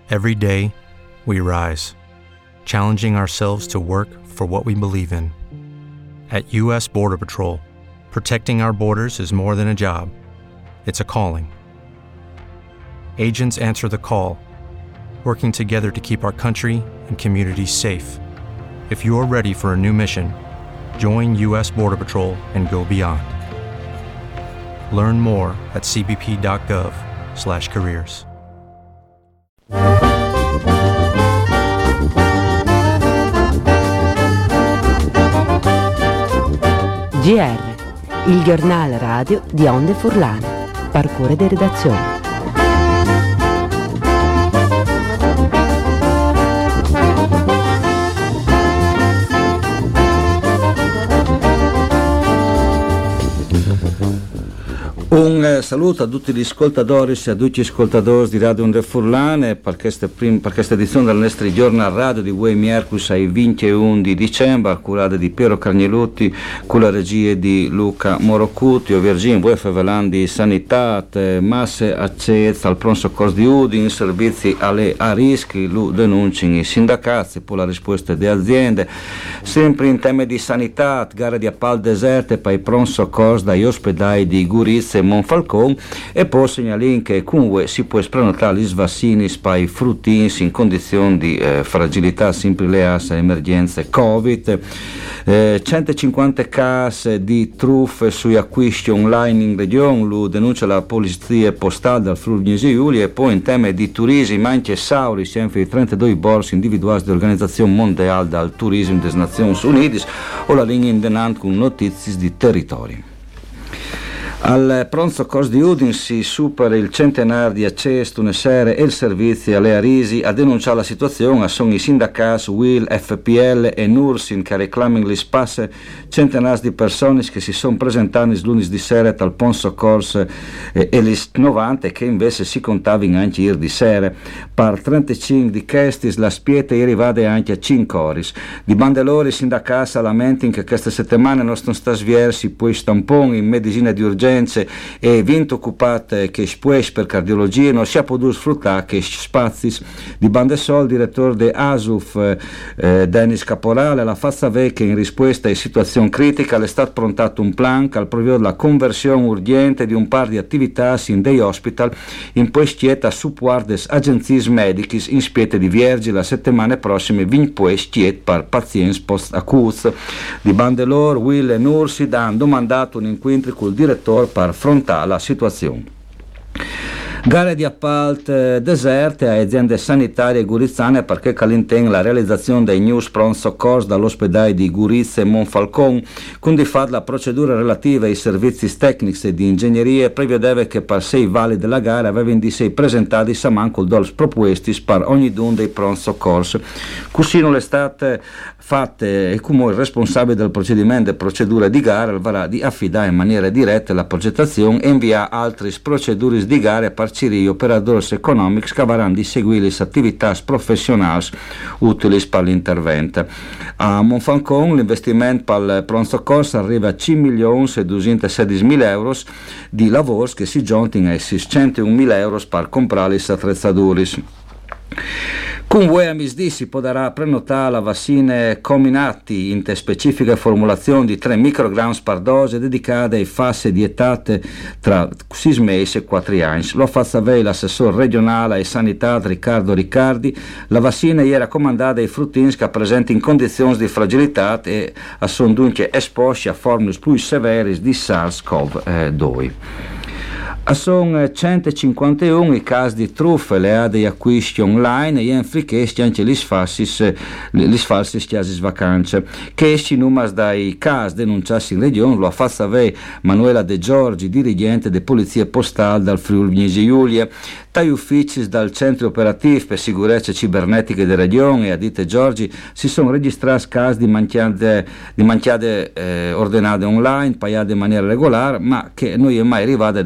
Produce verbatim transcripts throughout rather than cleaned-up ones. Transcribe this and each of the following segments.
Every day, we rise, challenging ourselves to work for what we believe in. At U S Border Patrol, protecting our borders is more than a job. It's a calling. Agents answer the call, working together to keep our country and communities safe. If you're ready for a new mission, join U S Border Patrol and go beyond. Learn more at c b p dot gov slash careers. G R, il giornale radio di Onde Furlane, parcure di redazione. Un saluto a tutti gli ascoltatori e a tutti gli ascoltatori di Radio Onde Furlane per questa, prim- per questa edizione del nostro giornale radio di Way Mercus ai ventuno di dicembre, curata di Piero Carnielutti, con la regia di Luca Morocuti, o Virgin, voi favelando di sanità, masse accese al pronto soccorso di Udin, servizi alle a rischi, lo denunciano i sindacati, poi la risposta delle aziende, sempre in tema di sanità, gare di appalto deserte per i pronto soccorso dagli ospedali di Gurizia e Monfalcone, e poi segnalare che comunque si può prenotare gli vaccini per i fruttini in condizioni di eh, fragilità sempre legate a emergenze Covid, eh, centocinquanta casi di truffe sui acquisti online in regione, lo denuncia la polizia postale del Friuli Giulia, e poi in tema di turismo anche Sauri, sempre i trentadue borse individuali dell'Organizzazione Mondiale del Turismo delle Nazioni Unite, o la linea in denant con notizie di territori. Al pronto soccorso di Udin si supera il centenario di accesso una sera e il servizio alle Arisi a denunciare la situazione. Sono i sindacati U I L, F P L e Nursin che reclamano le spasse centenari di persone che si sono presentate lunedì di sera al pronto soccorso eh, e le novanta che invece si contavano anche ieri di sera. Per trentacinque di questi la spieta è arrivata anche a cinque ore. Di bandelori i sindacati lamentano che queste settimane non sono stati sversi poi stamponi in medicina di urgenza e vinto occupate che spues per cardiologia non si è potuto sfruttare che spazi di Bandesol. Direttore de Asuf eh, Denis Caporale la fa vedere che in risposta a situazione critica è stato prontato un plan che al provvede la conversione urgente di un par di attività in dei hospital in poi stieta supporto des agenzie mediche in spiete di Viergi la settimana prossima vin poi stiet per pazienti post acuti di Bandelor. Will e Nursi hanno domandato un incontro col direttore per affrontare la situazione. Gare di appalto deserte a aziende sanitarie gurizzane perché calinteng la realizzazione dei news pronto soccorso dall'ospedale di Gurizia e Monfalcone, con di fatto la procedura relativa ai servizi tecnici e di ingegneria prevedeva che per sei vali della gara avevano di sei presentati samanco dollars proposti per ogni dun dei pronto soccorso. Così non è state fatte e come il responsabile del procedimento e procedura di gara avrà di affidare in maniera diretta la progettazione e inviare altre procedure di gara per gli operatori economici che avranno di seguire le attività professionali utili per l'intervento. A Monfalcone l'investimento per il pronto soccorso arriva a cinque milioni e duecentosedici euro di lavori che si giuntano ai seicentomila euro per comprare le attrezzature. Con voi a misdì si potrà prenotare la vaccina Cominati in te specifica formulazione di tre microgrammi per dose dedicata ai fasce di età tra sei mesi e quattro anni. Lo fa sapere l'assessore regionale e sanità Riccardo Riccardi. La vaccina è raccomandata ai fruttini che presenti in condizioni di fragilità e sono dunque esposti a forme più severe di SARS-CoV due. Sono centocinquantuno i casi di truffe legati agli acquisti online e in frichesti anche gli falsi chiasi vacanze. Che si numeri dai casi denunciati in regione lo ha fatto sapere Manuela De Giorgi, dirigente delle polizie postali dal Friuli Giulia. Dagli uffici dal centro operativo per sicurezza cibernetiche della regione e a Dite Giorgi si sono registrati casi di manchiate, di manchiate eh, ordinate online, pagate in maniera regolare, ma che non è mai arrivata a destinazione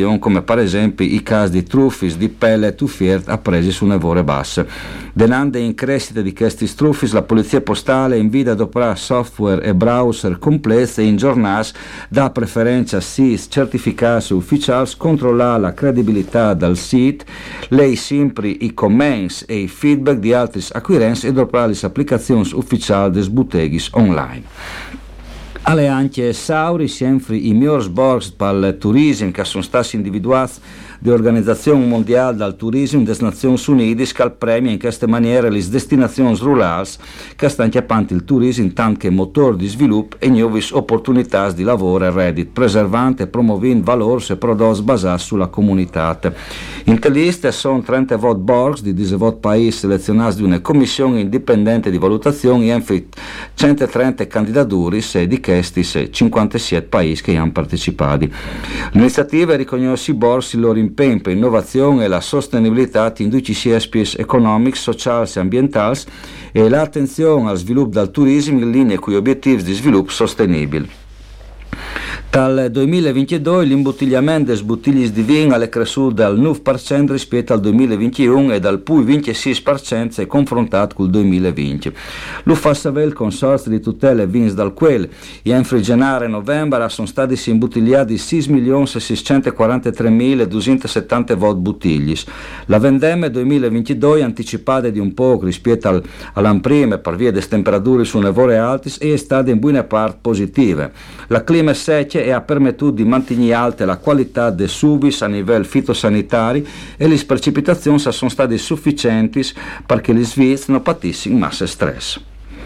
situazioni come per esempio i casi di truffis di pelle e fiert appresi su nevore basse. Denande in crescita di questi truffis, la polizia postale invita ad operare software e browser complessi e in giornate dà preferenza a S I S certificati ufficiali, controllare la credibilità del sito, lei sempre i commenti e i feedback di altri acquirenti ed operare le applicazioni ufficiali dei botteghi online. Alle anche Sauri, sempre i migliori sborsi per il turismo che sono stati individuati dall'Organizzazione Mondiale del Turismo delle Nazioni Unite, che premia in questa maniera le destinazioni rurali che stanno chiappando il turismo tanto che motore di sviluppo e nuove opportunità di lavoro e reddito, preservando e promuovendo valori e prodotti basati sulla comunità. In tale lista sono trenta voti borgs di diciotto paesi selezionati di una commissione indipendente di valutazione e centotrenta candidature e di questi cinquantasette paesi che hanno partecipato. L'iniziativa riconosce i borsi loro impegno per innovazione e la sostenibilità in tutti gli aspetti economici, sociali e ambientali e l'attenzione al sviluppo del turismo in linea con gli obiettivi di sviluppo sostenibile. Dal duemilaventidue l'imbottigliamento delle bottiglie di vino è cresciuto dal nove per cento rispetto al duemilaventuno e dal più ventisei per cento se confrontato con il duemilaventi. Lo fa sapere il Consorzio di tutela vins dal quale in gennaio e novembre sono stati imbottigliati sei milioni seicentoquarantatré mila duecentosettanta bottiglie. La vendemmia duemilaventidue è anticipata di un po' rispetto al, all'anno prima per via delle temperature su nevore alte e è stata in buona parte positiva. La clima secca e ha permesso di mantenere alta la qualità dei subis a livello fitosanitario e le precipitazioni sono state sufficienti perché gli svizzeri non patissero massa stress.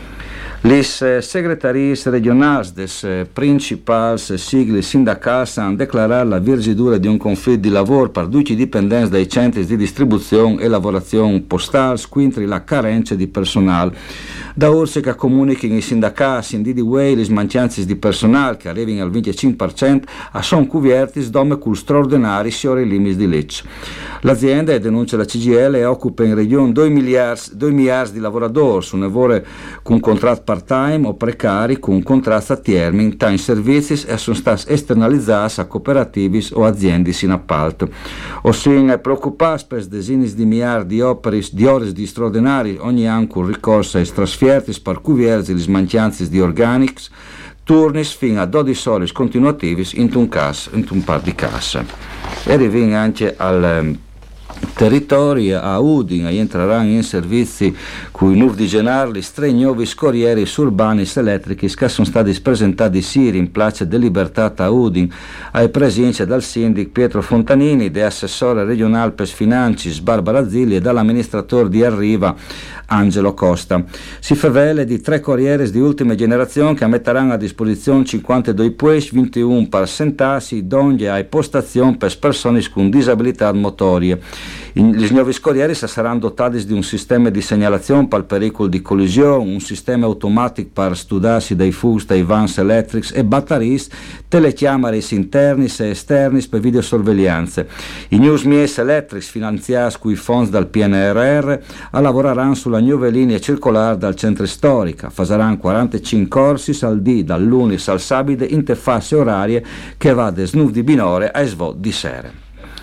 Le segretarie regionali delle principali sigle sindacali hanno dichiarato la virgidura di un conflitto di lavoro per tutti i dipendenti dai centri di distribuzione e lavorazione postale, quindi la carenza di personale. Da orse che comunicano i sindacati in D D W le mancanze di personale che arrivano al venticinque per cento a sono coperti dome con straordinari siore i limiti di legge. L'azienda, denuncia la C G I L, occupa in regione due miliardi di lavoratori su lavoro con contratto part-time o precari con contratto a termine, time services e sono stati esternalizzati a cooperativi o aziende in appalto. Ossia, preoccupati per decine di miliardi di opere di ore di straordinari ogni anno con ricorso ai trasferimenti per coverti le mancanze di organics, turnis fino a dodici ore continuativi in un, cas, in un par di cassa. E arriviamo anche al um, territorio a Udin, entreranno in servizi con il nove di gennaio le tre nuovi corrieri urbani elettrici che sono stati presentati ieri in Piazza della Libertà a Udin ai presenze dal sindaco Pietro Fontanini, dell'assessore regionale per finanze Barbara Zilli e dall'amministratore di Arriva Angelo Costa. Si favela di tre corrieri di ultima generazione che metteranno a disposizione cinquantadue puesti, ventuno per sentarsi, donde a postazione per persone con disabilità motorie. I nuovi corrieri saranno dotati di un sistema di segnalazione per il pericolo di collisione, un sistema automatico per studiarsi dai fus, dai vans elettrici e batterie, telecamere interni e esterni per videosorveglianze. I news mies elettrici finanziati con i fondi dal P N R R lavoreranno sulla nuova linea circolare dal centro storico, faranno quarantacinque corsi al dì dal lunedì al sabato in interfacce orarie che va da snuf di binore a svot di sera.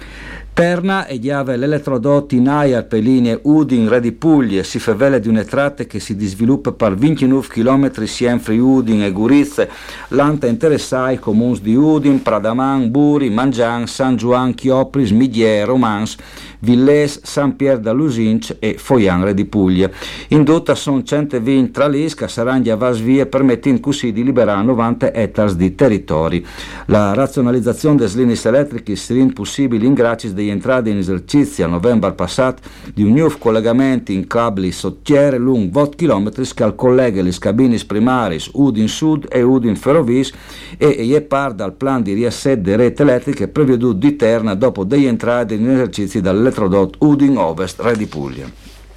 Terna e chiave l'elettrodotti in aia per linee Udin, Redi Puglie, si favela di una tratta che si sviluppa per ventinove chilometri sempre Udin e Gurizze, l'anta interessai comuni di Udin, Pradaman, Buri, Mangian, San Juan, Chiopris, Midier, Romans, Villers, San Pier da Lusinc e Foian, Redi Puglie. In tutta sono centoventi tralis che saranno a vasvie permettendo così di liberare novanta ettari di territori. La razionalizzazione delle linee elettriche si rende possibile in grazie dei entrate in esercizio a novembre passato di un nuovo collegamento in cabli sottiere lungo venti chilometri che collega le cabine primarie Udin Sud e Udin Ferrovis e è parte dal plan di riassetto delle reti elettriche preveduto di Terna dopo delle entrate in esercizio dall'elettrodotto Udin Ovest Redi Puglia.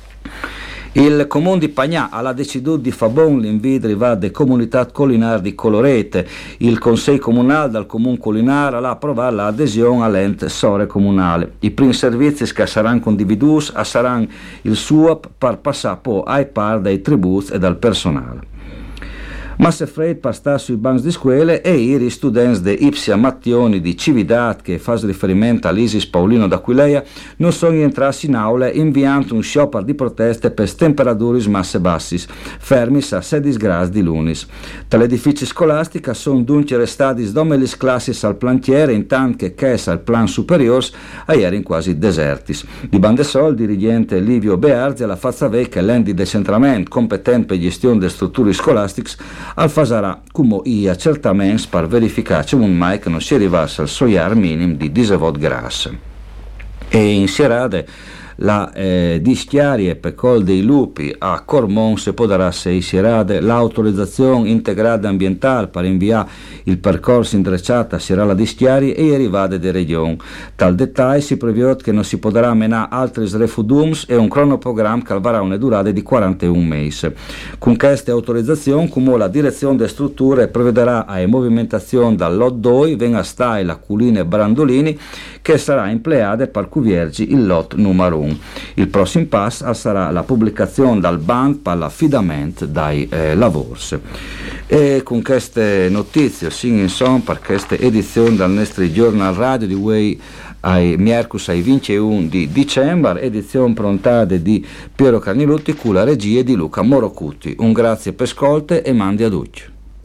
Il comune di Pagnà ha deciso di fare bon l'invito delle comunità collinari di Colorete. Il consiglio comunale del comune collinare ha approvato l'adesione all'ente sore comunale. I primi servizi che saranno condivisi saranno il S U A P per passare poi ai par dai tributi e dal personale. Ma se Fred per stare sui banchi di scuole e i studenti de Ipsia Mattioni di Cividat, che fa riferimento all'Isis Paolino d'Aquileia, non sono entrati in aula inviando un sciopero di proteste per temperature masse bassis, fermi a sedici gradi di lunis. Tra l'edificio scolastica sono dunque restati domelis classis al plantiere, intanto che Chessa al plan superiors a ieri in quasi desertis. Di Bandesol, dirigente Livio Bearzi alla fazza vecchia l'ente di decentramento competente per gestione delle strutture scolastiche al fasarà come ia certamente per verificare un mai che non si arrivasse al soiar minimo di disevot gras. E in Sierade la eh, dischiarie per Col dei Lupi a Cormon se potrà sei Sierade l'autorizzazione integrata ambientale per inviare il percorso intrecciato a Sierra la dischiarie e arrivate de region. Tal dettaglio si prevede che non si potrà menare altri refudums e un cronoprogramma che avrà una durata di quarantuno mesi. Con queste autorizzazioni come la direzione delle strutture prevederà a movimentazione dal lot due venga stai la Culine Brandolini che sarà impleata per cuviergi il lot numero uno. Il prossimo passo sarà la pubblicazione dal band per l'affidamento dai eh, lavori. E con queste notizie, sì, insomma, per queste edizioni dal nostro Journal Radio di Way ai Miercus ai ventuno di dicembre, edizione prontata di Piero Carnilutti con la regia di Luca Morocutti. Un grazie per ascolte e mandi a tutti.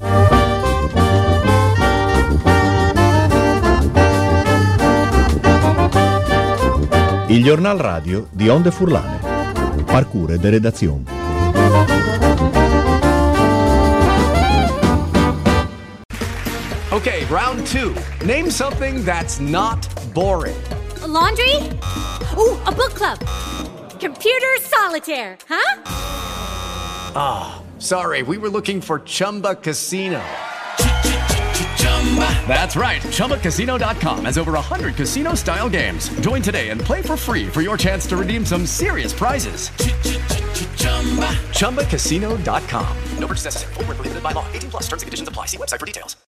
Il Giornal Radio di Onde Furlane. Parcure de redazione. Okay, round two. Name something that's not boring. A laundry? Ooh, a book club. Computer solitaire, huh? Ah, oh, sorry, we were looking for Chumba Casino. That's right. Chumba Casino dot com has over one hundred casino-style games. Join today and play for free for your chance to redeem some serious prizes. Chumba Casino dot com. No purchase necessary. Void where prohibited by law. eighteen plus. Terms and conditions apply. See website for details.